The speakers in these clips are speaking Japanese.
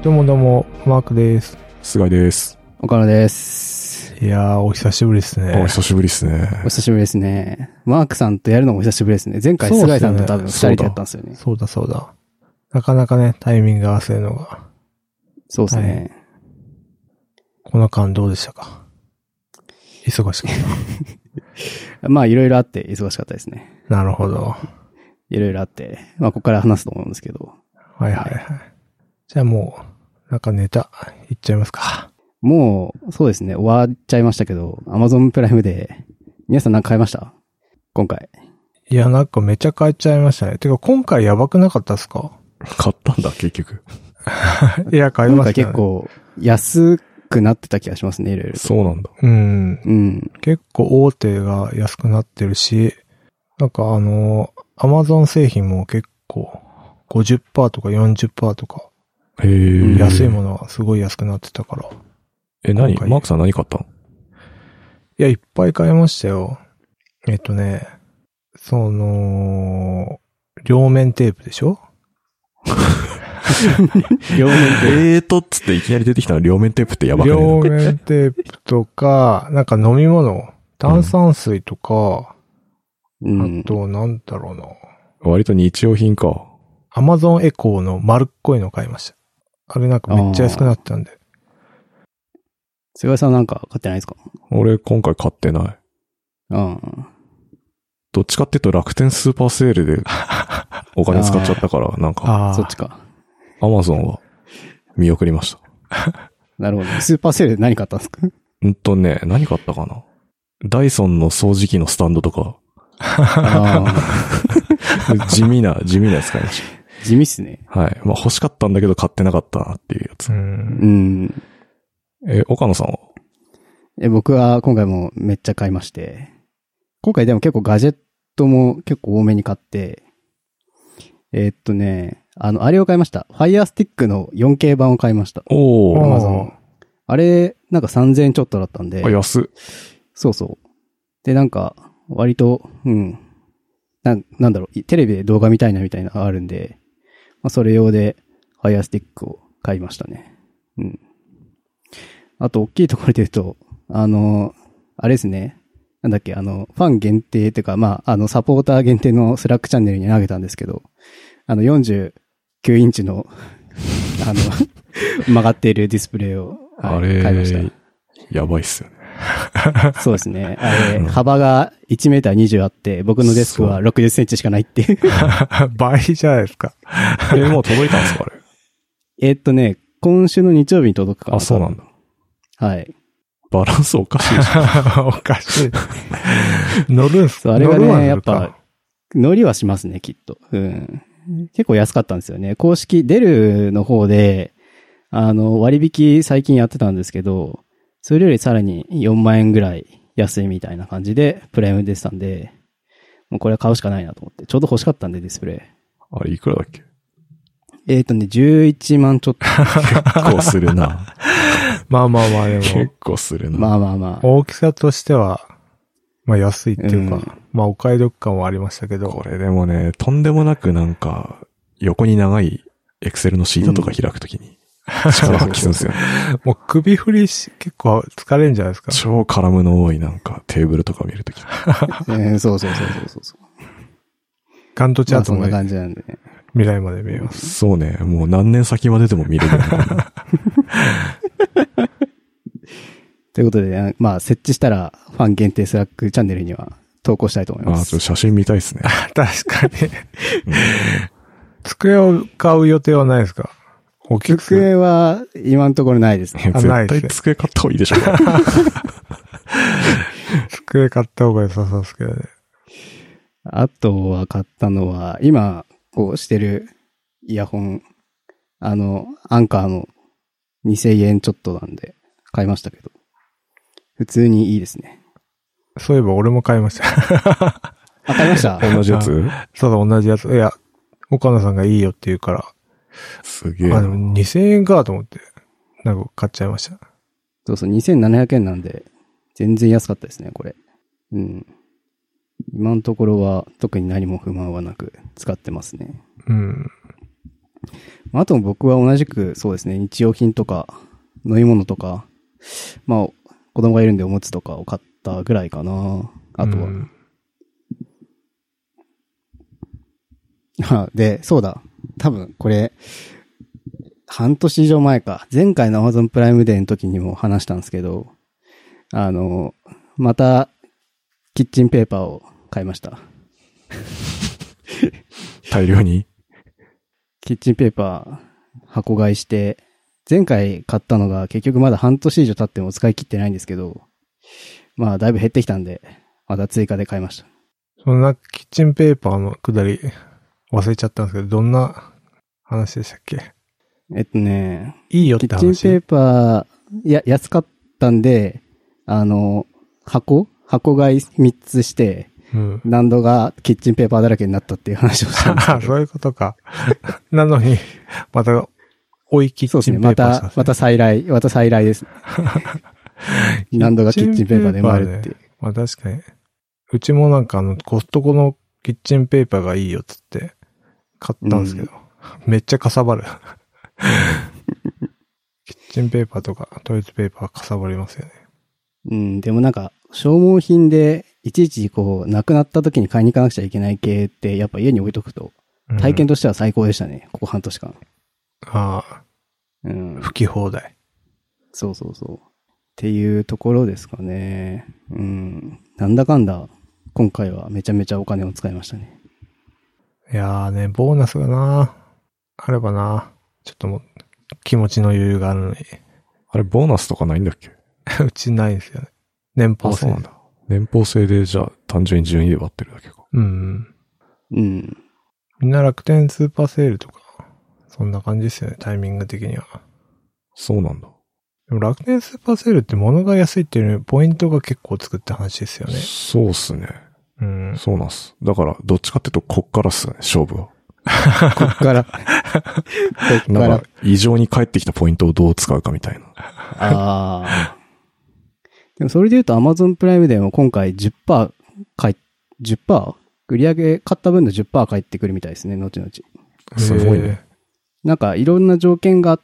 どうもどうも、マークです。 菅井です。 岡野です。 いやー、お久しぶりですね。 お久しぶりですね。 お久しぶりですね。マークさんとやるのもお久しぶりですね。前回菅井さんと多分二人でやったんですよね。 そうだ。なかなかね、タイミング合わせるのが。 そうですね。 この間どうでしたか？忙しかった。 まあ、いろいろあって忙しかったですね。 なるほど。 いろいろあって、まあ、ここから話すと思うんですけど。 はい。じゃあもう、なんかネタ、いっちゃいますか。 もう、そうですね。終わっちゃいましたけど、Amazon プライムで、皆さん何か買いました今回。 いや、なんかめちゃ買っちゃいましたね。てか、今回やばくなかったっすか？ 買ったんだ、結局。 いや、買いましたね。 今回結構、安くなってた気がしますね、いろいろ。 そうなんだ。 うん。結構大手が安くなってるし、なんかAmazon 製品も結構 50% とか 40% とか、安いものはすごい安くなってたから。 マークさん何買ったの？ いや、いっぱい買いましたよ。両面テープでしょ？ 両面テープ。 つっていきなり出てきたの両面テープってやばくない？ 両面テープとか、なんか飲み物、炭酸水とか、あと、なんだろうな。 割と日用品か。 Amazon エコーの丸っこいの買いました。あれなんかめっちゃ安くなったんで。 菅井さんなんか買ってないですか？ 俺今回買ってない。どっちかっていうと楽天スーパーセールでお金使っちゃったから、なんか。 そっちか。 Amazon は見送りました。 なるほど。スーパーセールで何買ったんですか？ 何買ったかな？ダイソンの掃除機のスタンドとか。地味なやつ買いました。 地味っすね。 はい。まあ欲しかったんだけど買ってなかったなっていうやつ。岡野さんは？ 僕は今回もめっちゃ買いまして。今回でも結構ガジェットも結構多めに買って、あれを買いました。Fire Stick の 4K 版を買いました。Amazon。あれ、なんか3000円ちょっとだったんで。 安っ。 そうそう。で、なんか、割と、なんだろう、テレビで動画見たいなみたいなのがあるんで、まあ、それ用で Fire Stick を買いましたね。あと、大きいところで言うと、あれですね。なんだっけ、ファン限定っていうか、まあ、サポーター限定のスラックチャンネルに投げたんですけど、49インチの、曲がっているディスプレイを、買いました。 やばいっすよね。 そうですね。あれ、幅が1メーター20あって、僕のデスクは60センチしかないっていう。 倍じゃないですか。 もう届いたんですかあれ。今週の日曜日に届くかな。 あ、そうなんだ。 はい。 バランスおかしいじゃん。 おかしい。乗るんすか？あれがね、やっぱ、乗りはしますね、きっと。結構安かったんですよね。公式、デルの方で、割引最近やってたんですけど、それよりさらに4万円ぐらい安いみたいな感じで、プライム出てたんで、もうこれは買うしかないなと思って、ちょうど欲しかったんで、ディスプレイ。 あれ、いくらだっけ ？11万ちょっと。 結構するな。 まあでも。 結構するな。 まあ。 大きさとしては、まあ安いっていうか、まあお買い得感はありましたけど。 これでもね、とんでもなくなんか、横に長いエクセルのシートとか開くときに、力発揮するんですよね。 もう首振り結構疲れんじゃないですか。 超カラムの多いなんかテーブルとか見るとき。 そう。 ガントチャートそんな感じなんでね。 未来まで見えます。 そうね、もう何年先まででも見れる。 ということで、まあ、設置したら、ファン限定スラックチャンネルには投稿したいと思います。 ちょっと写真見たいですね。 確かに。机を買う予定はないですか？ 机は、今のところないですね。 絶対机買った方がいいでしょ。 机買った方が良さそうですけどね。 あとは買ったのは、今、こうしてるイヤホン、アンカーの2000円ちょっとなんで、買いましたけど。普通にいいですね。 そういえば俺も買いました。 買いました？ 同じやつ？ そうだ、同じやつ。いや、岡野さんがいいよって言うから。 すげえ。 でも2000円かと思って、なんか買っちゃいました。 そう、2700円なんで、全然安かったですね、これ。今のところは特に何も不満はなく使ってますね。 あと僕は同じくそうですね、日用品とか飲み物とか、まあ子供がいるんでおむつとかを買ったぐらいかな。あとは。で、そうだ。多分これ、半年以上前か。前回の Amazon プライムデーの時にも話したんですけど、また、キッチンペーパーを買いました。 大量にキッチンペーパー箱買いして、前回買ったのが結局まだ半年以上経っても使い切ってないんですけど、まあだいぶ減ってきたんで、また追加で買いました。 そんなキッチンペーパーのくだり忘れちゃったんですけど、どんな話でしたっけ？いいよって話。 キッチンペーパー、安かったんで、箱買い3つして、難度がキッチンペーパーだらけになったっていう話をしたんですけど。 そういうことか。なのに、また、追いキッチンペーパー、 また再来です。難度がキッチンペーパーで回るっていう。 まあ確かに。うちもなんかコストコのキッチンペーパーがいいよっつって買ったんですけど、めっちゃかさばる。キッチンペーパーとかトイレットペーパーかさばりますよね。 でもなんか消耗品でいちいちなくなった時に買いに行かなくちゃいけない系ってやっぱ家に置いとくと体験としては最高でしたね。ここ半年間。 吹き放題。 そう。っていうところですかね。なんだかんだ今回はめちゃめちゃお金を使いましたね。 いやーね、ボーナスがな、あればな、ちょっともう気持ちの余裕があるのに。 あれ、ボーナスとかないんだっけ？ うちないんですよね。年俸制。 そうなんだ。年俸制でじゃあ単純に順位で割ってるだけか。 みんな楽天スーパーセールとか、そんな感じですよね、タイミング的には。 そうなんだ。 でも楽天スーパーセールって物が安いっていうよりポイントが結構つくって話ですよね。 そうっすね。そうなんす。だから、どっちかっていうと、こっからっすね、勝負は。 こっから。 なんか、異常に返ってきたポイントをどう使うかみたいな。 でもそれで言うと Amazon プライムでも今回 10% 売り上げ買った分の 10% 返ってくるみたいですね、後々。 すごいね。 なんかいろんな条件があって、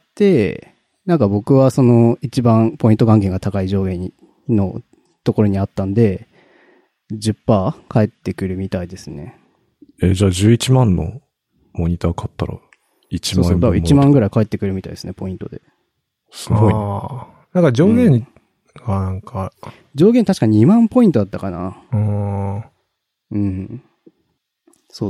なんか僕はその一番ポイント還元が高い上限のところにあったんで、10% 返ってくるみたいですね。 じゃあ11万のモニター買ったら1万円分。 そう、1万ぐらい返ってくるみたいですね、ポイントで。 すごいね。 なんか上限がなんか、 上限確か2万ポイントだったかな。そう。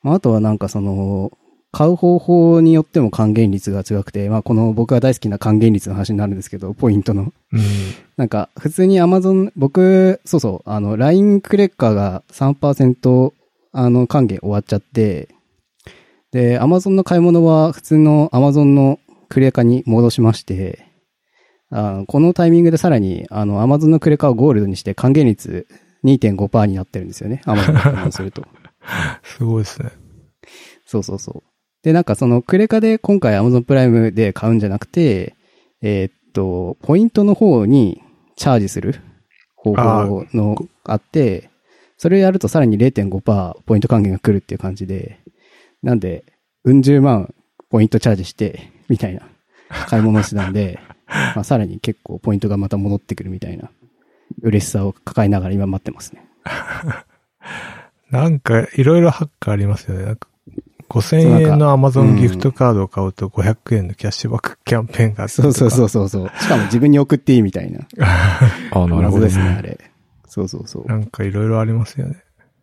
あとはなんか買う方法によっても還元率が強くて、まあこの僕が大好きな還元率の話になるんですけど、ポイントの。なんか普通に Amazon、僕、LINE クレッカーが 3% 還元終わっちゃって、で、Amazon の買い物は普通の Amazon のクレカに戻しまして、このタイミングでさらにAmazon のクレカをゴールドにして還元率 2.5% になってるんですよね。Amazon の買い物すると。 すごいですね。 そう。で、なんかクレカで今回 Amazon プライムで買うんじゃなくて、ポイントの方にチャージする方法のあって、それをやるとさらに 0.5% ポイント還元が来るっていう感じで、なんで、10万ポイントチャージして、みたいな買い物をしてたんで、まあさらに結構ポイントがまた戻ってくるみたいな嬉しさを抱えながら今待ってますね。 なんかいろいろハックありますよね。なんか5000円の Amazon ギフトカードを買うと500円のキャッシュバックキャンペーンがあって。 そう。しかも自分に送っていいみたいな。 なるほど謎ですね、あれ。そう。 なんかいろいろありますよね。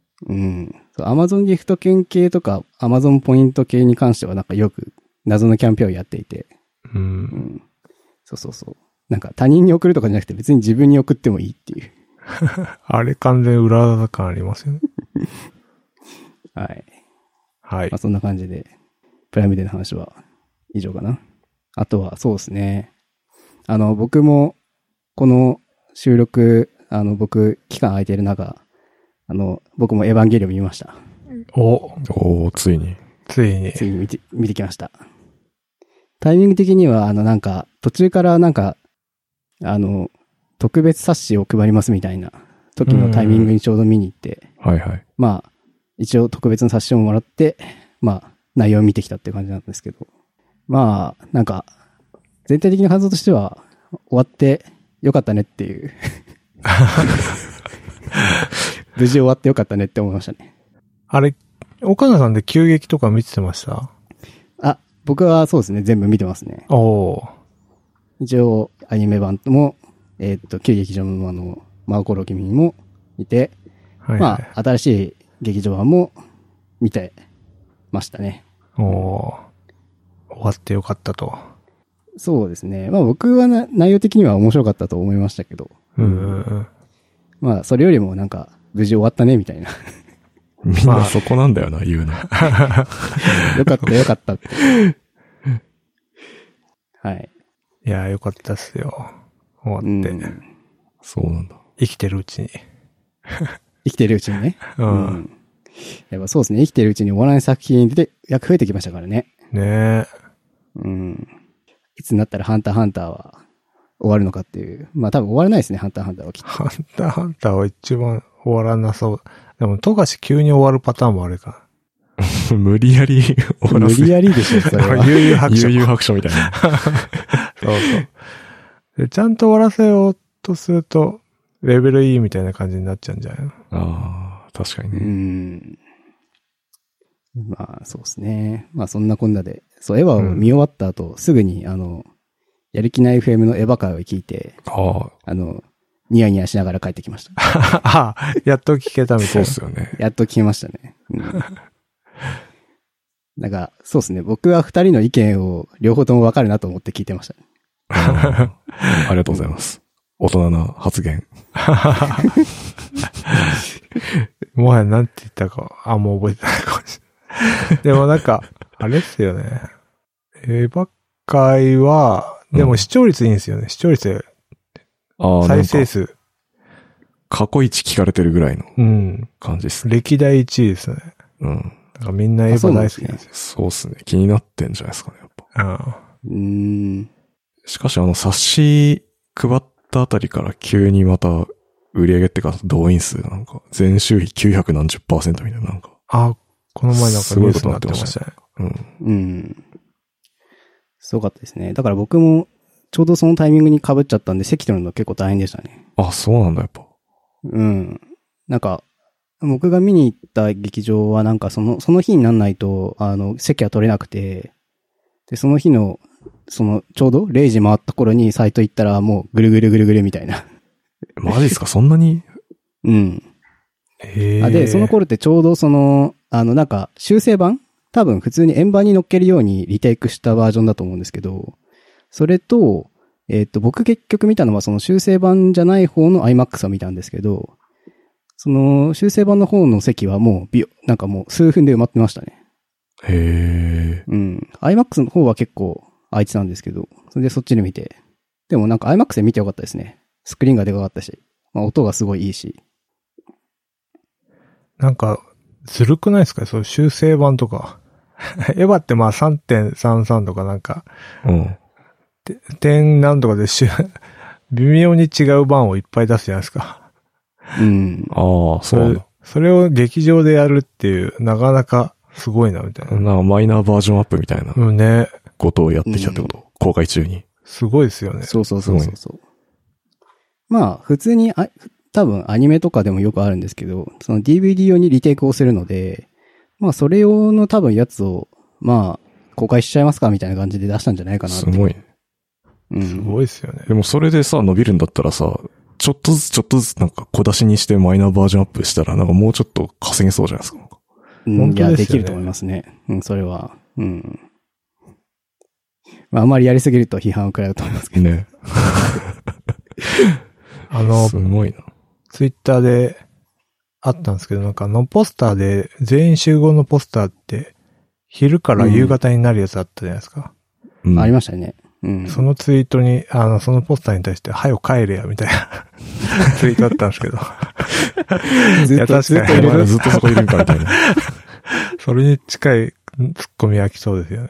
Amazon ギフト券系とか Amazon ポイント系に関してはなんかよく謎のキャンペーンをやっていて。そう。なんか他人に送るとかじゃなくて別に自分に送ってもいいっていう。 あれ完全裏技感ありますよね。 はい。 はい。 まあそんな感じで、プライムデーの話は以上かな。あとはそうですね。僕もこの収録、僕期間空いてる中、僕もエヴァンゲリオン見ました。 ついに見てきました。タイミング的には、なんか、途中からなんか、特別冊子を配りますみたいな時のタイミングにちょうど見に行って、 はいはい。 まあ、一応特別な冊子をもらって、まあ、 内容を見てきたっていう感じなんですけど。まあ、なんか、全体的な感想としては、終わってよかったねっていう。無事終わってよかったねって思いましたね。 あれ、岡野さんで急激とか見てました？ あ、僕はそうですね、全部見てますね。 おー。 一応、アニメ版も、旧劇場版の真心君も見て、 はいはい、 まあ、新しい劇場版も見てましたね。 おー。終わってよかったと。 そうですね。まあ僕は内容的には面白かったと思いましたけど。まあそれよりもなんか無事終わったねみたいな。 みんなそこなんだよな、言うの。 よかったよかったって。はい。 いや、よかったっすよ。終わって。 そうなんだ。 生きてるうちに。 生きてるうちにね。 うん。 やっぱそうですね。生きてるうちに終わらない作品で役増えてきましたからね。 ねえ。 うん。いつになったらハンターハンターは終わるのかっていう。まあ多分終わらないですね、ハンターハンターはきっと。 ハンターハンターは一番終わらなそう。でも、富樫急に終わるパターンもあるか。 無理やり終わらせ無理やりでしょ、それは。 悠々白書。 悠々白書みたいな。 そうそうで。ちゃんと終わらせようとすると、レベル E みたいな感じになっちゃうんじゃないの？ ああ、確かにね。 まあ、そうですね。まあ、そんなこんなで。そう、エヴァを見終わった後、すぐに、やる気ない FM のエヴァ会を聞いて、ニヤニヤしながら帰ってきました。 ああ、やっと聞けたみたいな。 そうっすよね。 やっと聞けましたね。なんか、そうですね。僕は二人の意見を両方とも分かるなと思って聞いてましたね。 ありがとうございます。大人な発言。 もはやなんて言ったか、もう覚えてないかもしれない。でもなんか、あれっすよね。エヴァ会は、でも視聴率いいんですよね。視聴率で、再生数。 過去一聞かれてるぐらいの感じですね。歴代1位ですね。だからみんなエヴァ大好きなんですよ。 そうっすね。気になってんじゃないですかね、やっぱ。しかし冊子配ったあたりから急にまた売り上げってか動員数なんか前週比900何十%みたいななんか。 この前なんかニュースになってましたね。 すごかったですね。だから僕もちょうどそのタイミングに被っちゃったんで席取るの結構大変でしたね。 そうなんだやっぱ。 なんか、僕が見に行った劇場はなんかその日になんないと、席は取れなくて、で、その日の、ちょうど0時回った頃にサイト行ったらもうぐるぐるぐるぐるみたいな。 マジですかそんなに？ で、その頃ってちょうどなんか修正版？多分普通に円盤に乗っけるようにリテイクしたバージョンだと思うんですけど、それと、僕結局見たのはその修正版じゃない方の IMAX を見たんですけど、その修正版の方の席はもうなんかもう数分で埋まってましたね。IMAX の方は結構空いてたんですけど、それでそっちで見て。でもなんか IMAX で見てよかったですね。スクリーンがでかかったし、音がすごいいいし。 なんか、ずるくないですか？そういう修正版とか。エヴァって3.33 とかなんか、点何とかで微妙に違う版をいっぱい出すじゃないですか。 そうなんだ。 それを劇場でやるっていう、なかなかすごいな、みたいな。 なんかマイナーバージョンアップみたいな。 ね。 ことをやってきたってこと、公開中に。 すごいですよね。 そう。まあ、普通に、多分アニメとかでもよくあるんですけど、その DVD 用にリテイクをするので、まあ、それ用の多分やつを、まあ、公開しちゃいますかみたいな感じで出したんじゃないかなって。 すごい。 すごいですよね。 でもそれでさ、伸びるんだったらさ、ちょっとずつなんか小出しにしてマイナーバージョンアップしたら、なんかもうちょっと稼げそうじゃないですか。 いや、できると思いますね。それは。まあ、あまりやりすぎると批判を食らうと思いますけど。 ね。すごいな。 ツイッターであったんですけど、なんかポスターで、全員集合のポスターって、昼から夕方になるやつあったじゃないですか。 ありましたね。 そのツイートに、そのポスターに対して、はよ帰れや、みたいなツイートあったんですけど。 ずっとそこいるんか、みたいな。 それに近いツッコミは来そうですよね。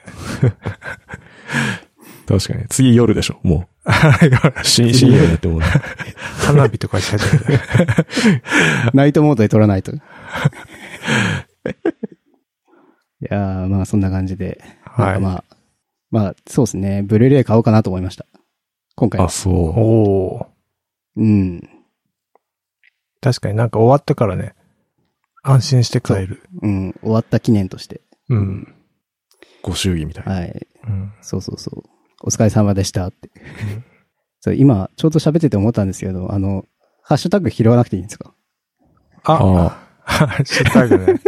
確かに。次夜でしょ、もう。深夜になっても花火とかし始めた。 ナイトモードで撮らないと。いやー、まあそんな感じで。 はい。 まあ、そうですね。ブルーレイ買おうかなと思いました。今回は。 あ、そう。 おー。 うん。 確かになんか終わったからね、安心して帰る。 うん。終わった記念として。 うん。 ご祝儀みたいな。 はい。 うん、 そう。お疲れ様でしたって。 うん、 そう今、ちょうど喋ってて思ったんですけど、ハッシュタグ拾わなくていいんですか？ ハッシュタグね。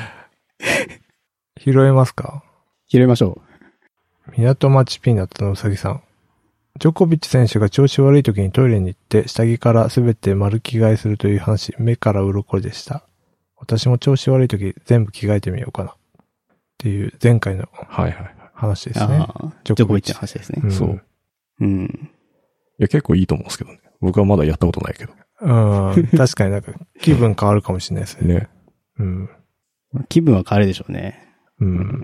拾えますか？ 拾いましょう。港町ピーナッツのうさぎさん。ジョコビッチ選手が調子悪い時にトイレに行って下着からすべて丸着替えするという話、目から鱗でした。私も調子悪い時全部着替えてみようかな。っていう前回の話ですね。 ジョコビッチの話ですね。 そう。 うん。 いや、結構いいと思うんですけどね。僕はまだやったことないけど。 確かになんか気分変わるかもしれないですね。 ね。 うん。 気分は変わるでしょうね。 うん。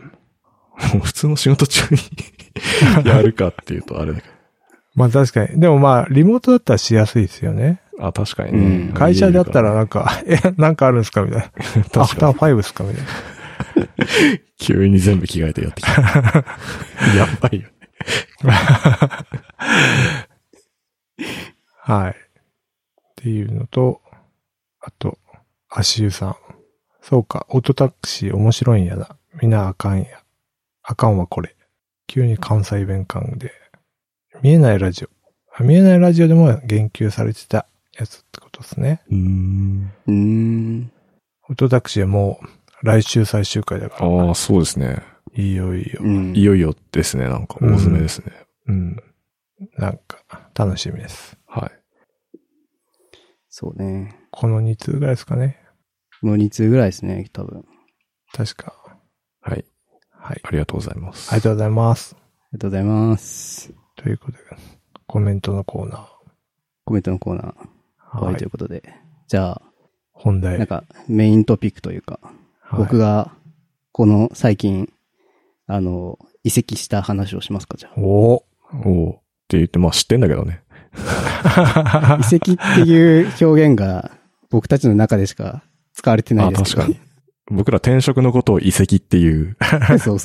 普通の仕事中にやるかっていうとあれだけど。 まあ確かに。でもまあ、リモートだったらしやすいですよね。 あ、確かにね。 会社だったらなんか、なんかあるんですかみたいな。アフターファイブですかみたいな。 急に全部着替えてやってきた。やばいよね。 はい。っていうのと、あと、足湯さん。そうか、オートタクシー面白いんやな。みんなあかんや。あかんわこれ。急に関西弁感で。見えないラジオ。見えないラジオでも言及されてたやつってことですね。 オートタクシーはもう来週最終回だから。 ああ、そうですね。 いいよいいよ。 いよいよですね。なんか大詰めですね。 うん。なんか楽しみです。 はい。 そうね。 この2通ぐらいですかね。 この2通ぐらいですね、多分。 確か。 はい。 はい。 ありがとうございます。 ありがとうございます。 ありがとうございます。 ということで、コメントのコーナー。 コメントのコーナー。はい。ということで。じゃあ、 本題。 なんか、メイントピックというか、はい、僕が、この最近、移籍した話をしますか、じゃあ。 おって言って、まあ知ってんだけどね。 移籍っていう表現が、僕たちの中でしか使われてないですけど。 確かに。僕ら転職のことを移籍っていう。 そう。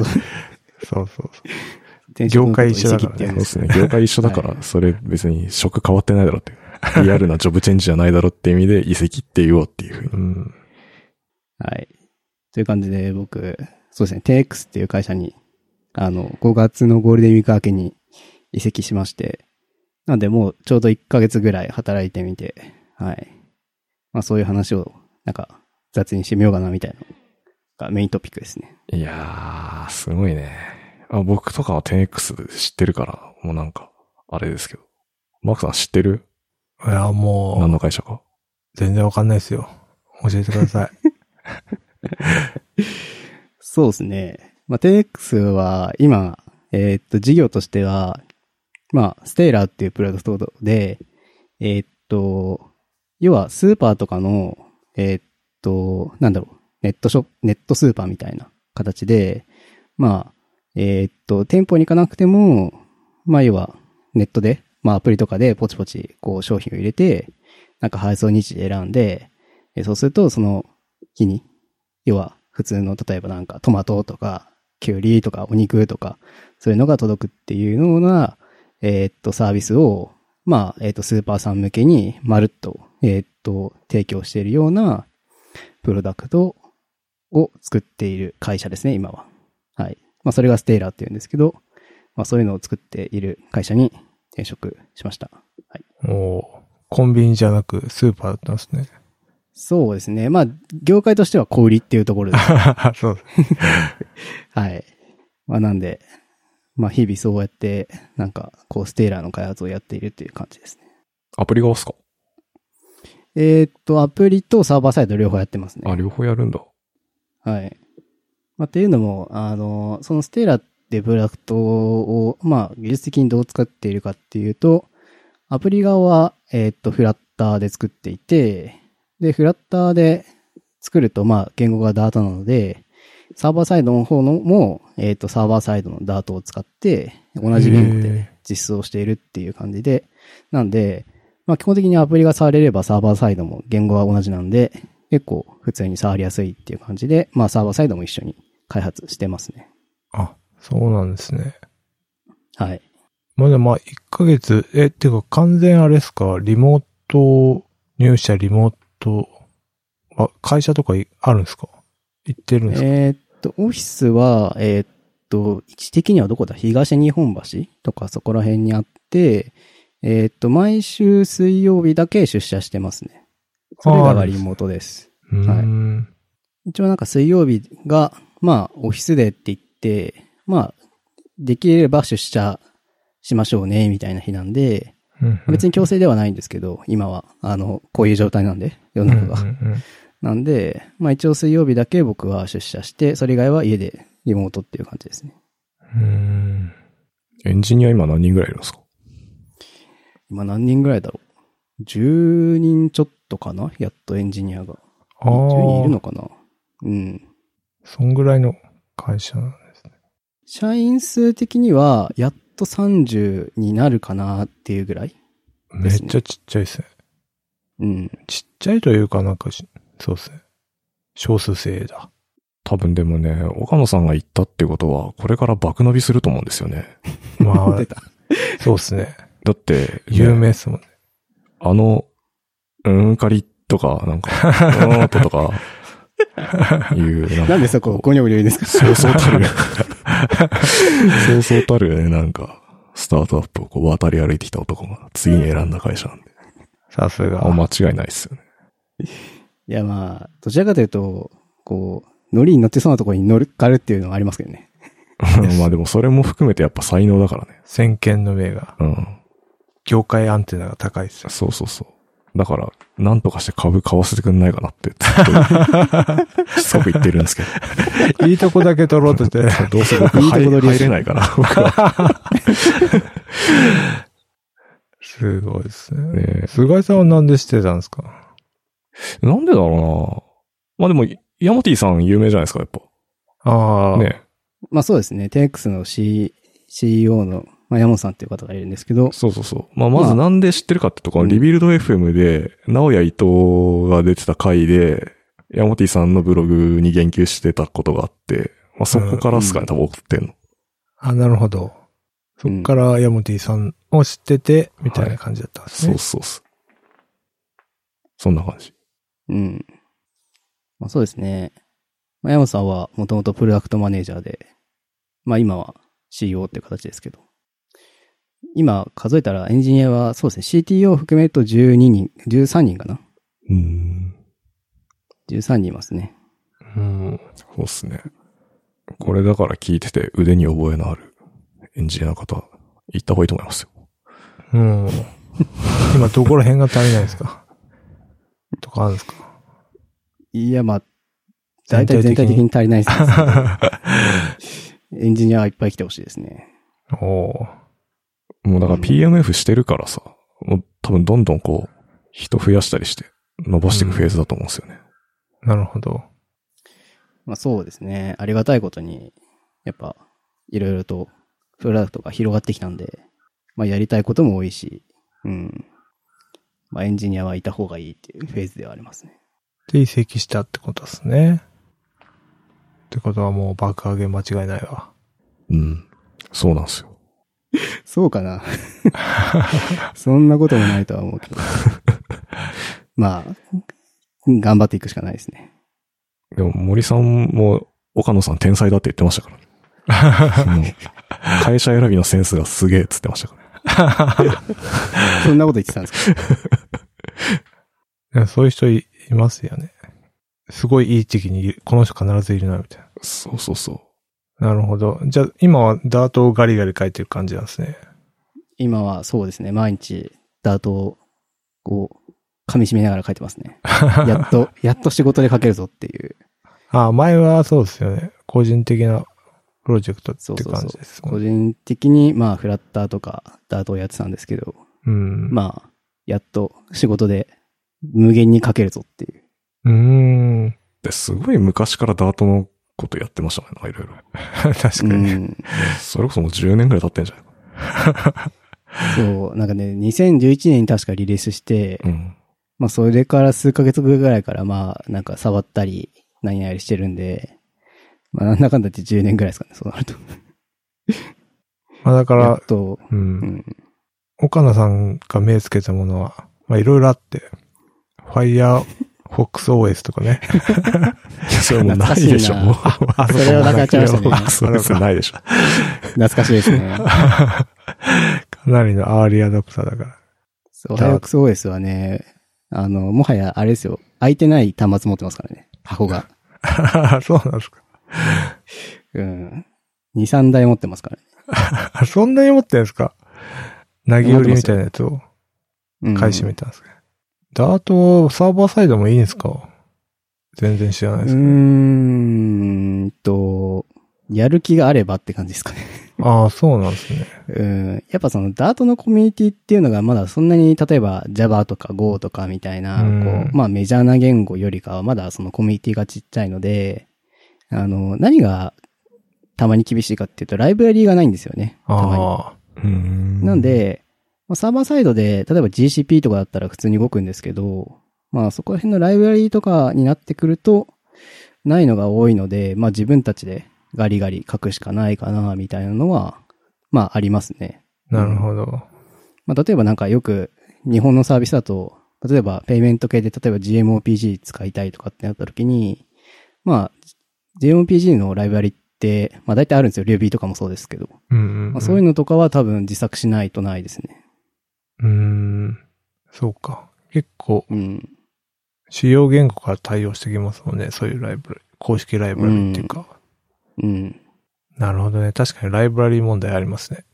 業界一緒だからね。 そうですね。業界一緒だから、それ別に職変わってないだろうって。リアルなジョブチェンジじゃないだろうって意味で移籍って言おうっていうふうに。 はい。という感じで僕、そうですね、10X っていう会社に、5月のゴールデンウィーク明けに移籍しまして、なんでもうちょうど1ヶ月ぐらい働いてみて、はい。まあそういう話を、なんか雑にしてみようかなみたいなのがメイントピックですね。 いやー、すごいね。僕とかは 10X 知ってるから、もうなんか、あれですけど。マークさん知ってる？ いや、もう。 何の会社か。 全然わかんないですよ。教えてください。 そうですね。まあ、10X は今、事業としては、まあ、ステイラーっていうプロダクトで、要はスーパーとかの、なんだろう、ネットスーパーみたいな形で、まあ、店舗に行かなくても、まあ、要は、ネットで、まあ、アプリとかでポチポチ、こう、商品を入れて、なんか配送日時選んで、そうすると、その日に、要は、普通の、例えばなんか、トマトとか、キュウリとか、お肉とか、そういうのが届くっていうような、サービスを、まあ、スーパーさん向けに、まるっと、提供しているような、プロダクトを作っている会社ですね、今は。はい。まあ、それがステイラーっていうんですけど、まあ、そういうのを作っている会社に転職しました。はい。 コンビニじゃなくスーパーだったんですね。 そうですね。まあ、業界としては小売りっていうところです。 そうです。 はい。まあ、なんで、まあ、日々そうやって、なんか、こう、ステイラーの開発をやっているっていう感じですね。 アプリが押すか？ アプリとサーバーサイド両方やってますね。 両方やるんだ。 はい。まあ、っていうのも、そのステイラーっていうプロダクトを、まあ、技術的にどう使っているかっていうと、アプリ側は、フラッターで作っていて、で、フラッターで作ると、まあ、言語がダートなので、サーバーサイドの方のも、サーバーサイドのダートを使って、同じ言語で実装しているっていう感じで、なんで、まあ、基本的にアプリが触れればサーバーサイドも言語は同じなんで、結構普通に触りやすいっていう感じで、まあ、サーバーサイドも一緒に開発してますね。 あ、そうなんですね。 はい。 まあ1ヶ月、てか完全あれですか、リモート、入社リモート、会社とかあるんですか？行ってるんですか？ オフィスは、位置的にはどこだ？東日本橋とかそこら辺にあって、毎週水曜日だけ出社してますね。それがリモートです。はい。一応なんか水曜日が、まあ、オフィスデーって言って、まあ、できれば出社しましょうね、みたいな日なんで、別に強制ではないんですけど、今は、こういう状態なんで、世の中が。なんで、まあ一応水曜日だけ僕は出社して、それ以外は家でリモートっていう感じですね。 エンジニア今何人ぐらいいるんですか？ 今何人ぐらいだろう。10人ちょっとかな？やっとエンジニアが。10人いるのかな？うん。 そんぐらいの会社なんですね。 社員数的には、やっと30になるかなっていうぐらい、 ね。めっちゃちっちゃいですね。 うん。 ちっちゃいというかなんか、そうですね。少数制だ。 多分でもね、岡野さんが言ったってことは、これから爆伸びすると思うんですよね。 まあ、そうですね。 だって、 有名ですもんね。 カリとか、なんか、とか、 なんでそこ、ゴニョゴニョ言うんですか？ そうそうたるね、なんか、スタートアップをこう渡り歩いてきた男が次に選んだ会社なんで。 さすが。 間違いないですよね。 いやまあ、どちらかというと、こう、ノリに乗ってそうなところに乗っかるっていうのはありますけどね。 まあでもそれも含めてやっぱ才能だからね。 先見の明が。業界アンテナが高いですよ。 そうそうそう。だから、なんとかして株買わせてくんないかなって、しつこく言ってるんですけど。いいとこだけ取ろうとして。 どうせ僕入れないから、僕は。 すごいですね。菅井さんはなんで知ってたんですか？ なんでだろうな。まあでも、ヤマティさん有名じゃないですか、やっぱ。 ああ。 ね。まあそうですね。10X の CEO の、まあ、山本さんっていう方がいるんですけど。 そうそうそう。まあまずなんで知ってるかってところ、リビルド FM で、直哉伊藤が出てた回で、ヤマティさんのブログに言及してたことがあって、まあそこからですかね、多分送ってんの。 あ、なるほど。そっからヤマティさんを知ってて、みたいな感じだったんですね。 そうそう。そんな感じ。 まあそうですね。まあ、山本さんはもともとプロダクトマネージャーで、まあ今は CEO っていう形ですけど。今数えたらエンジニアはそうですね、CTO を含めると13人かな。13人いますね。 そうですね。これだから聞いてて腕に覚えのあるエンジニアの方、行った方がいいと思いますよ。 今どこら辺が足りないですか？とかあるんですか？ いや、まあ、大体全体的に足りないですね。エンジニアはいっぱい来てほしいですね。 もうだから PMF してるからさ、もう多分どんどんこう、人増やしたりして伸ばしていくフェーズだと思うんですよね。 なるほど。 まあそうですね。ありがたいことに、やっぱ、いろいろとプロダクトが広がってきたんで、まあやりたいことも多いし、まあエンジニアはいた方がいいっていうフェーズではありますね。 で、移籍したってことですね。ってことはもう爆上げ間違いないわ。 そうなんですよ。 そうかな。そんなこともないとは思うけど。まあ、頑張っていくしかないですね。 でも森さんも岡野さん天才だって言ってましたからね。会社選びのセンスがすげえっつってましたから。 そんなこと言ってたんですか？そういう人いますよね。すごいいい時期にこの人必ずいるなみたいな。 そうそうそう。 なるほど。じゃあ今はダートをガリガリ書いてる感じなんですね。 今はそうですね。毎日ダートをこう噛み締めながら書いてますね。やっと仕事で書けるぞっていう。 前はそうですよね。個人的なプロジェクトって感じです。 個人的にまあフラッターとかダートをやってたんですけど、まあやっと仕事で無限に書けるぞっていう。 すごい昔からダートのことやってましたね。なんかいろいろ。 確かに。 それこそもう10年ぐらい経ってんじゃないか。 そう、なんかね、2011年に確かリリースして、まあそれから数ヶ月ぐらいからまあなんか触ったり何々してるんで、 まあ、なんだかんだって10年ぐらいですかね、そうなると。 まあだから、岡野さんが目つけたものは、まあいろいろあって、Firefox OS とかね。 いや、それもうないでしょ、もう。 それはなくなっちゃいましたね。 それはないでしょ。 懐かしいですね。 かなりのアーリーアダプターだから。 そう、Firefox OS はね、もはやあれですよ、開いてない端末持ってますからね、箱が。 そうなんですか。 うん。2、3台持ってますからね。そんなに持ってるんですか？投げ売りみたいなやつを返してみたんですけど。ダートサーバーサイドもいいんですか？全然知らないですけど。やる気があればって感じですかね。 ああ、そうなんですね。 やっぱそのダートのコミュニティっていうのがまだそんなに、例えば Java とか Go とかみたいな、まあメジャーな言語よりかはまだそのコミュニティがちっちゃいので、何がたまに厳しいかっていうと、ライブラリーがないんですよね。たまに。なんで、サーバーサイドで、例えば GCP とかだったら普通に動くんですけど、まあそこら辺のライブラリーとかになってくると、ないのが多いので、まあ自分たちでガリガリ書くしかないかな、みたいなのは、まあありますね。 なるほど。 まあ例えばなんかよく日本のサービスだと、例えばペイメント系で例えば GMOPG 使いたいとかってなった時に、まあ GMOPG のライブラリって、まあ大体あるんですよ。Ruby とかもそうですけど。まあ、そういうのとかは多分自作しないとないですね。 そうか。結構、主要言語から対応してきますもんね。そういうライブラリ、公式ライブラリっていうか。なるほどね。確かにライブラリ問題ありますね。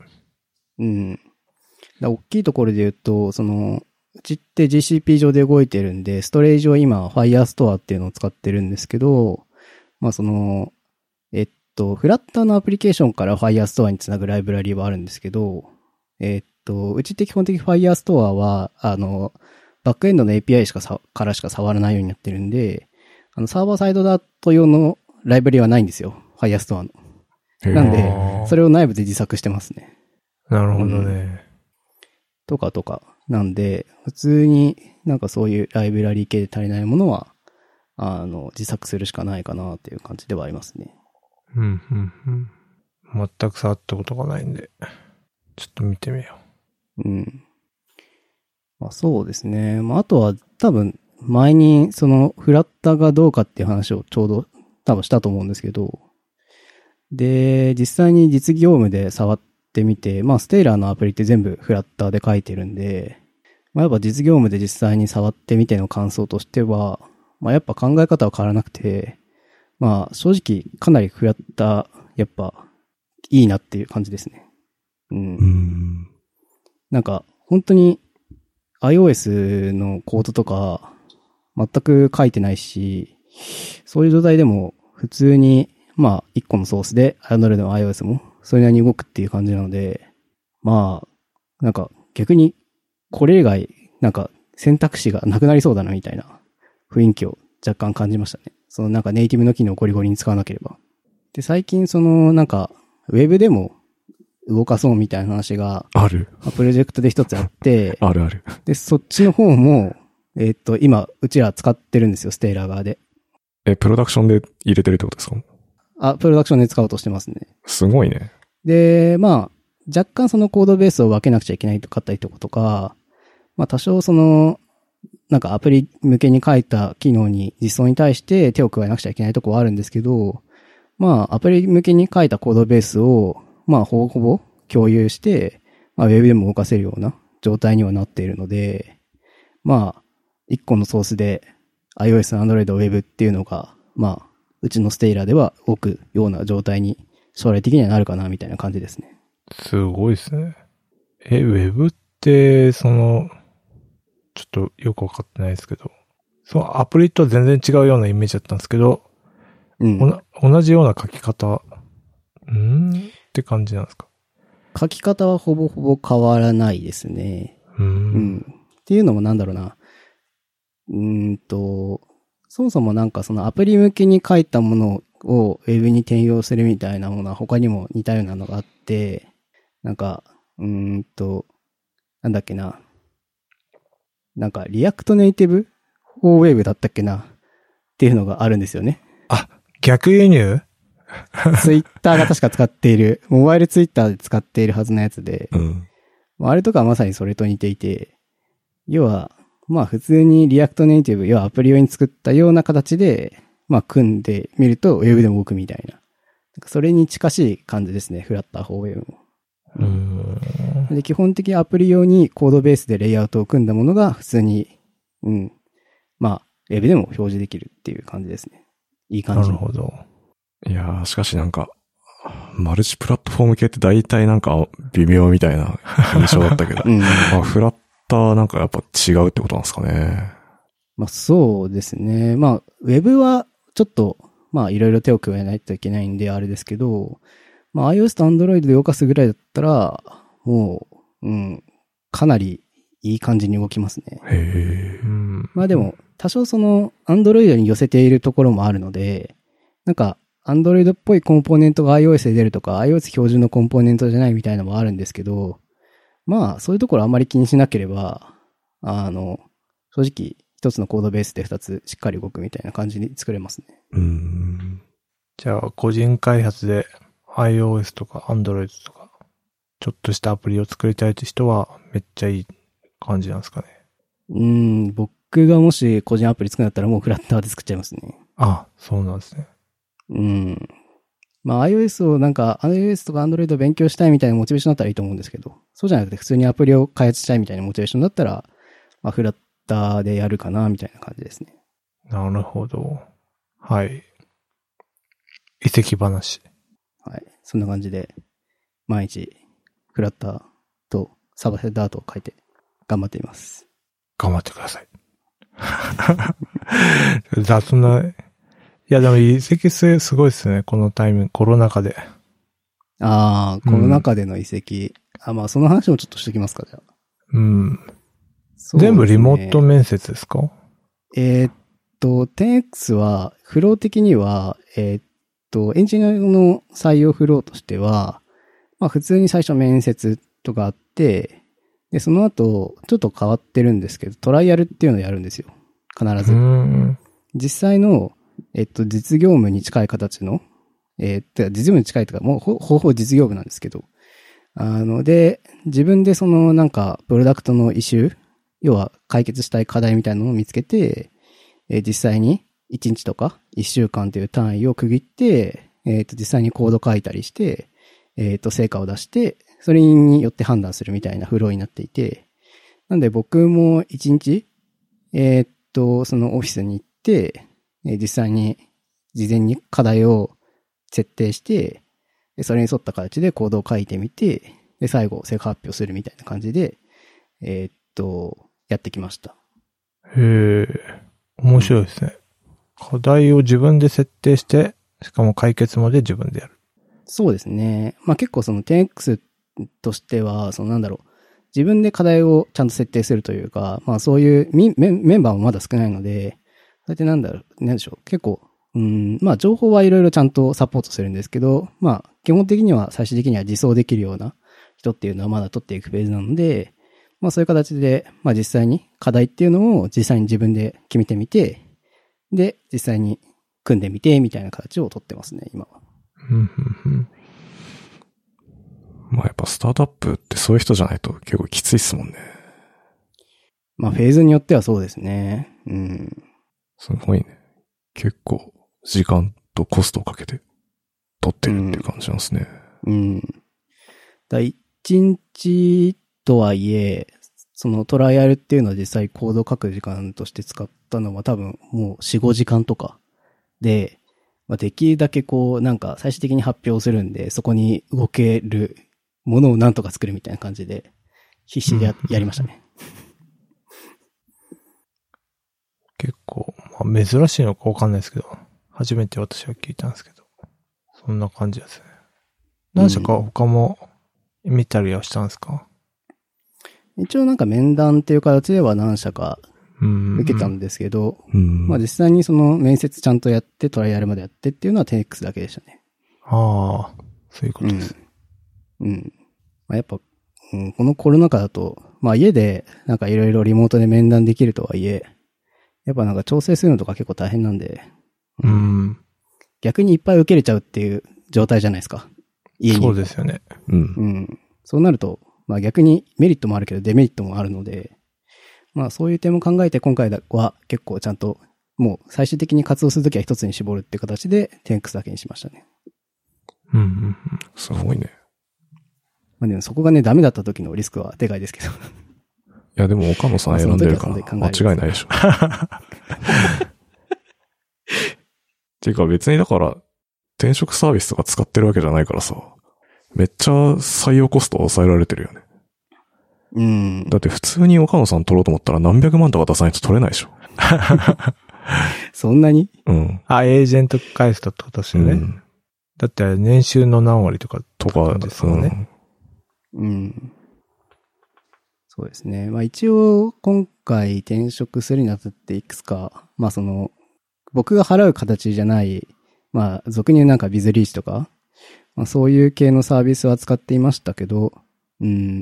大きいところで言うと、うちって GCP 上で動いてるんで、ストレージを今 Firestore っていうのを使ってるんですけど、まあフラッターのアプリケーションから Firestore につなぐライブラリはあるんですけど、うちって基本的に Firestore は、バックエンドの API からしか触らないようになってるんで、サーバーサイドダート用のライブラリはないんですよ。Firestore の。なんで、それを内部で自作してますね。 なるほどね。 とか。なんで、普通になんかそういうライブラリ系で足りないものは、自作するしかないかなっていう感じではありますね。 全く触ったことがないんで、ちょっと見てみよう。まあそうですね。まああとは多分前にそのフラッターがどうかっていう話をちょうど多分したと思うんですけど、で、実際に実業務で触ってみて、まあステイラーのアプリって全部フラッターで書いてるんで、まあやっぱ実業務で実際に触ってみての感想としては、まあやっぱ考え方は変わらなくて、まあ正直かなりフラッターやっぱいいなっていう感じですね。なんか本当に iOS のコードとか全く書いてないし、そういう状態でも普通にまあ一個のソースで Android の iOS もそれなりに動くっていう感じなので、まあなんか逆にこれ以外なんか選択肢がなくなりそうだなみたいな雰囲気を若干感じましたね。そのなんかネイティブの機能をゴリゴリに使わなければ。で、最近なんか、ウェブでも動かそうみたいな話が、 ある。 プロジェクトで一つあって、 ある。 で、そっちの方も、今、うちら使ってるんですよ、ステイラー側で。 プロダクションで入れてるってことですか？ プロダクションで使おうとしてますね。 すごいね。 で、まあ、若干そのコードベースを分けなくちゃいけないとかったりとか、まあ多少なんかアプリ向けに書いた機能に実装に対して手を加えなくちゃいけないとこはあるんですけど、まあアプリ向けに書いたコードベースをまあほぼほぼ共有して、まあウェブでも動かせるような状態にはなっているので、まあ一個のソースで iOS、Android、Web っていうのが、まあうちのステイラーでは動くような状態に将来的にはなるかなみたいな感じですね。 すごいですね。Web ってちょっとよくわかってないですけど、そのアプリとは全然違うようなイメージだったんですけど、同じような書き方、って感じなんですか？ 書き方はほぼほぼ変わらないですね。っていうのもなんだろうな。そもそもなんかそのアプリ向けに書いたものを Web に転用するみたいなものは他にも似たようなのがあって、なんか、なんだっけな。なんか、リアクトネイティブ4 Web だったっけなっていうのがあるんですよね。 逆輸入ツイッターが確か使っている、モバイルツイッターで使っているはずのやつで、あれとかはまさにそれと似ていて、要は、まあ普通にリアクトネイティブ、要はアプリ用に作ったような形で、まあ組んでみるとウェブでも動くみたいな。それに近しい感じですね、フラッター4ウェブも。で、基本的にアプリ用にコードベースでレイアウトを組んだものが普通に、まあ、ウェブでも表示できるっていう感じですね。いい感じ。 なるほど。 いやー、しかしなんか、マルチプラットフォーム系って大体なんか微妙みたいな印象だったけど、まあ、フラッターなんかやっぱ違うってことなんですかね。 まあそうですね。まあ、ウェブはちょっと、まあいろいろ手を加えないといけないんであれですけど、まあ iOS と Android で動かすぐらいだったら、もう、かなりいい感じに動きますね。 へー。 まあでも、多少その Android に寄せているところもあるので、なんか Android っぽいコンポーネントが iOS で出るとか、iOS 標準のコンポーネントじゃないみたいなのもあるんですけど、まあそういうところあんまり気にしなければ、正直一つのコードベースで二つしっかり動くみたいな感じに作れますね。 じゃあ個人開発で iOS とか Android とか、ちょっとしたアプリを作りたいって人はめっちゃいい感じなんですかね。 僕がもし個人アプリ作るんだったらもうフラッターで作っちゃいますね。 あ、そうなんですね。 まあ iOS をなんか iOS とか Android を勉強したいみたいなモチベーションだったらいいと思うんですけど、そうじゃなくて普通にアプリを開発したいみたいなモチベーションだったら、まあフラッターでやるかなみたいな感じですね。 なるほど。はい。遺跡話。 はい。そんな感じで、毎日フラッターとサバセダートを書いて頑張っています。 頑張ってください。雑な、いやでも遺跡すごいですね。このタイミング、コロナ禍で。 コロナ禍での遺跡。まあその話もちょっとしておきますか、じゃあ。 全部リモート面接ですか 10X は、フロー的には、エンジニアの採用フローとしては、まあ普通に最初面接とかあって、で、その後、ちょっと変わってるんですけど、トライアルっていうのをやるんですよ。必ず。実際の、実業務に近い形の、実業務に近いというか、もうほぼ実業務なんですけど、で、自分でそのなんか、プロダクトのイシュー、要は解決したい課題みたいなのを見つけて、実際に1日とか1週間という単位を区切って、実際にコード書いたりして、成果を出して、それによって判断するみたいなフローになっていて、なんで僕も1日、そのオフィスに行って、実際に事前に課題を設定して、それに沿った形でコードを書いてみて、で、最後、成果発表するみたいな感じで、やってきました。 へえ、面白いですね。課題を自分で設定して、しかも解決まで自分でやる。 そうですね。まあ結構その 10X としては、自分で課題をちゃんと設定するというか、まあそういうメンバーもまだ少ないので、それってなんでしょう。結構、まあ情報はいろいろちゃんとサポートするんですけど、まあ基本的には最終的には自走できるような人っていうのはまだ取っていくフェーズなので、まあそういう形で、まあ実際に課題っていうのを実際に自分で決めてみて、で、実際に組んでみて、みたいな形を取ってますね、今は。 まあやっぱスタートアップってそういう人じゃないと結構きついっすもんね。 まあフェーズによってはそうですね。 すごいね。結構時間とコストをかけて取ってるっていう感じなんですね。 1日とはいえ、そのトライアルっていうのは実際コードを書く時間として使ったのは多分もう4、5時間とかで、まあ、できるだけなんか最終的に発表するんで、そこに動けるものをなんとか作るみたいな感じで、必死でやりましたね。 結構、まあ、珍しいのかわかんないですけど、初めて私は聞いたんですけど、そんな感じですね。何社か他も見たりはしたんですか？ 一応なんか面談っていう形では何社か受けたんですけど、まあ実際にその面接ちゃんとやってトライアルまでやってっていうのは 10X だけでしたね。 ああ、そういうことです。 まあ、やっぱ、このコロナ禍だと、まあ家でなんかいろいろリモートで面談できるとはいえ、やっぱなんか調整するのとか結構大変なんで、 逆にいっぱい受けれちゃうっていう状態じゃないですか。家に。 そうですよね。 うん。そうなると、まあ逆にメリットもあるけどデメリットもあるので、まあそういう点も考えて今回は結構ちゃんともう最終的に活動するときは一つに絞るって形で 10X だけにしましたね。 うんうん。 すごいね。 まあでもそこがね、ダメだった時のリスクはでかいですけど。いやでも岡野さん選んでるから間違いないでしょ。っていうか別にだから転職サービスとか使ってるわけじゃないからさ、めっちゃ採用コスト抑えられてるよね。 うん。 だって普通に岡野さん取ろうと思ったら何百万とか出さないと取れないでしょ。 そんなに？ うん。 あ、エージェント返すとってことですよね。うん、だって年収の何割とかですよね。 うん。そうですね。まあ一応今回転職するにあたっていくつか、まあその、僕が払う形じゃない、まあ俗に言うなんかビズリーチとか、まあそういう系のサービスは使っていましたけど、うん。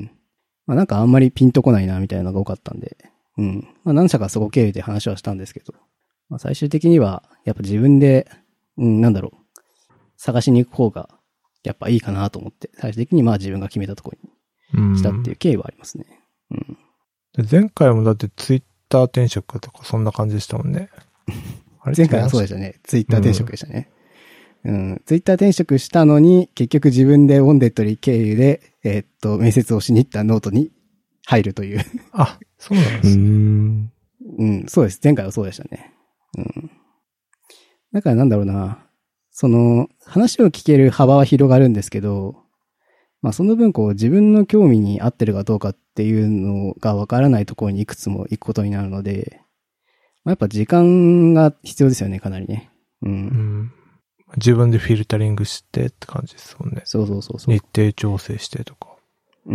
まあなんかあんまりピンとこないなみたいなのが多かったんで、うん。まあ何社かそこ経由で話はしたんですけど、まあ最終的にはやっぱ自分で、なんだろう、探しに行く方がやっぱいいかなと思って、最終的にまあ自分が決めたところにしたっていう経緯はありますね。うん。 で前回もだってツイッター転職とかそんな感じでしたもんね。 前回はそうでしたね。ツイッター転職でしたね。うん。ツイッター転職したのに、結局自分でウォンデットリー経由で、面接をしに行ったノートに入るという。 あ、そうなんですね。 うん、そうです。前回はそうでしたね。うん。だからなんだろうな。その、話を聞ける幅は広がるんですけど、まあその分こう自分の興味に合ってるかどうかっていうのがわからないところにいくつも行くことになるので、まあ、やっぱ時間が必要ですよね、かなりね。うん。 自分でフィルタリングしてって感じですもんね。 そうそうそう。 日程調整してとか。 うん。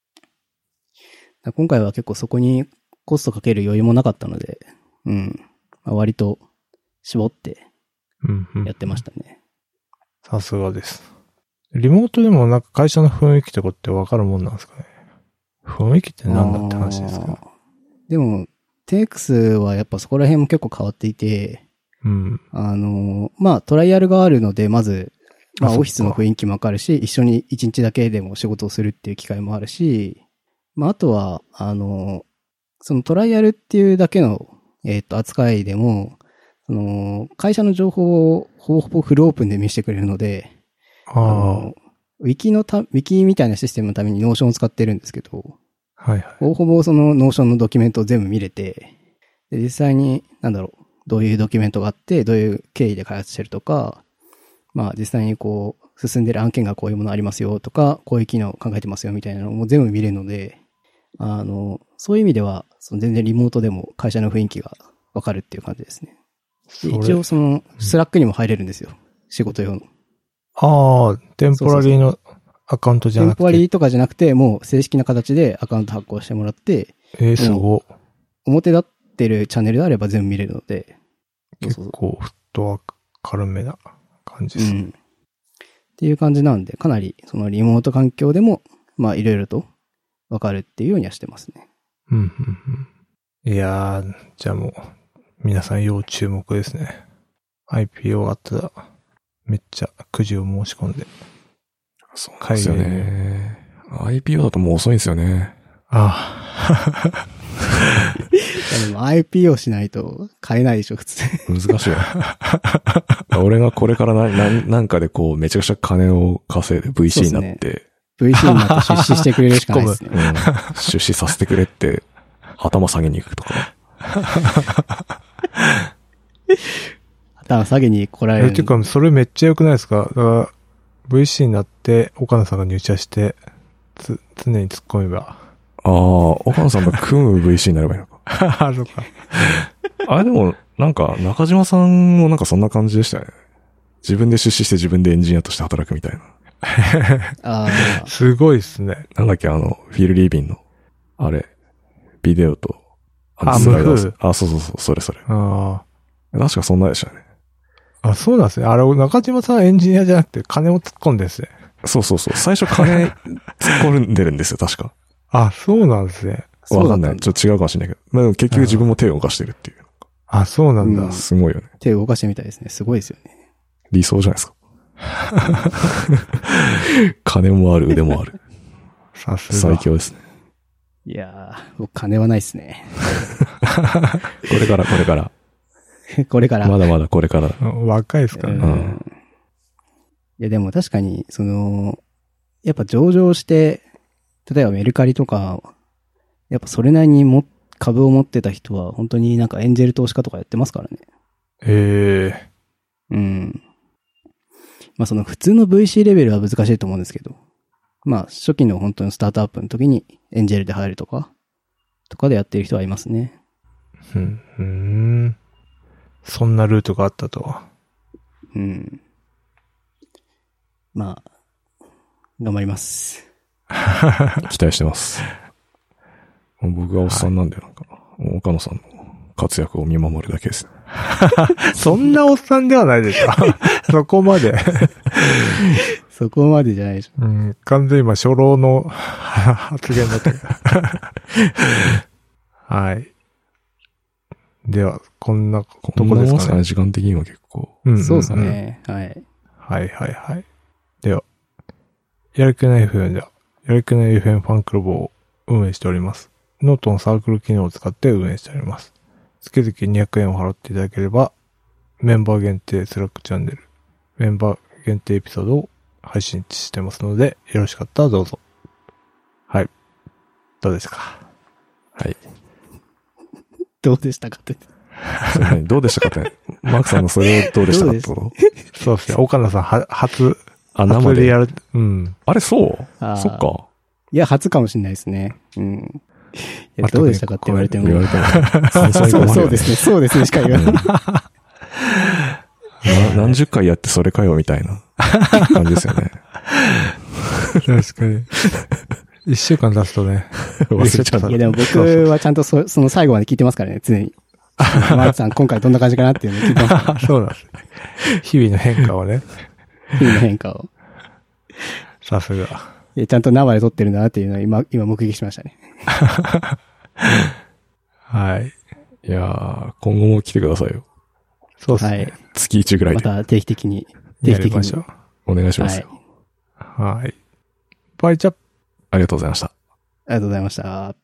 今回は結構そこにコストかける余裕もなかったので、うん。まあ、割と絞ってやってましたね。 さすがです。リモートでもなんか会社の雰囲気とかってわかるもんなんですかね。雰囲気って何だって話ですか。 でも、10X はやっぱそこら辺も結構変わっていて、 うん。 まあトライアルがあるので、まず、まあオフィスの雰囲気もわかるし、一緒に一日だけでも仕事をするっていう機会もあるし、まああとは、そのトライアルっていうだけの、扱いでも、その、会社の情報をほぼほぼフルオープンで見せてくれるので、ウィキみたいなシステムのためにノーションを使ってるんですけど、 はいはい。 ほぼほぼそのノーションのドキュメントを全部見れて、で実際に、どういうドキュメントがあって、どういう経緯で開発してるとか、まあ実際にこう、進んでる案件がこういうものありますよとか、こういう機能を考えてますよみたいなのも全部見れるので、そういう意味では、全然リモートでも会社の雰囲気がわかるっていう感じですね。一応スラックにも入れるんですよ。仕事用の。 ああ、テンポラリーのアカウントじゃなくて。 テンポラリーとかじゃなくて、もう正式な形でアカウント発行してもらって、 すごい。 表立ってるチャンネルであれば全部見れるので。 結構フットワーク軽めな感じですね。 っていう感じなんで、かなりそのリモート環境でも、まあいろいろとわかるっていうようにはしてますね。 いやー、じゃあもう、皆さん要注目ですね。IPO があったら、めっちゃくじを申し込んで。 そうですよね。IPO だともう遅いんですよね。 ああ。 でも IPO しないと買えないでしょ、普通。 難しいよ。俺がこれからなんかでこう、めちゃくちゃ金を稼いで VC になって。 VC になって出資してくれるしかないですね。 出資させてくれって、頭下げに行くとか。 頭下げに来られる。 てか、それめっちゃ良くないですか？だから、VC になって、岡野さんが入社して、常に突っ込めば。 ああ、岡野さんが組む VC になればいいのか。 あ、そうか。 あれでも、なんか、中島さんもなんかそんな感じでしたね。自分で出資して自分でエンジニアとして働くみたいな。 すごいっすね。 なんだっけ、フィル・リービンの、あれ、ビデオと、 スライダー。 そう、それ。確かそんなでしたね。 あ、そうなんですね。あれ、中島さんエンジニアじゃなくて金を突っ込んでるんですね。 そう。最初金突っ込んでるんですよ、確か。 あ、そうなんですね。 わかんない。ちょっと違うかもしれないけど。まあ、でも結局自分も手を動かしてるっていう。 あ、そうなんだ。 すごいよね。 手を動かしてみたいですね。すごいですよね。 理想じゃないですか。金もある、腕もある。 さすが。 最強ですね。 いやー、僕金はないっすね。 これから。 これから。 まだまだこれから。 若いですからね。 いやでも確かに、やっぱ上場して、例えばメルカリとか、やっぱそれなりに株を持ってた人は、本当になんかエンジェル投資家とかやってますからね。うん。まあ普通の VC レベルは難しいと思うんですけど、まあ初期の本当にスタートアップの時にエンジェルで入るとかでやってる人はいますね。 そんなルートがあったとは。 うん。まあ、頑張ります。 期待してます。僕がおっさんなんで、なんか、岡野さんの活躍を見守るだけです。 そんなおっさんではないでしょ。そこまで。 そこまでじゃないでしょ。 完全に今、初老の発言だったけど。はい。では、こんなとこですかね。 時間的には結構。 そうですね。はい。 はいはいはい。では、やる気ない FM では、やる気ない FM ファンクラブを運営しております。ノートのサークル機能を使って運営しております。月々200円を払っていただければ、メンバー限定スラックチャンネル、メンバー限定エピソードを配信してますので、よろしかったらどうぞ。はい。どうですか？ はい。 どうでしたかって。 どうでしたかって。マークさんのそれをどうでしたかってことそうですね。岡野さん、初生でやる。 あれそうそっか。 いや、初かもしれないですね。いや、どうでしたかって言われても。そうですね。そうですね。しか言わない。 何十回やってそれかよ、みたいな感じですよね。 確かに。一週間経つとね。 忘れちゃう。 いや、でも僕はちゃんとその最後まで聞いてますからね、常に。マークさん、今回どんな感じかなっていうのを聞いてます。 そうなんです。日々の変化をね。 日々の変化を。 さすが。 いや、ちゃんと生で撮ってるんだなっていうのは今目撃しましたね。 はい。いやー、今後も来てくださいよ。 そうですね。はい。 月1ぐらいで。 また定期的に。 お願いしますよ。 はい。バイチャップ。 ありがとうございました。 ありがとうございました。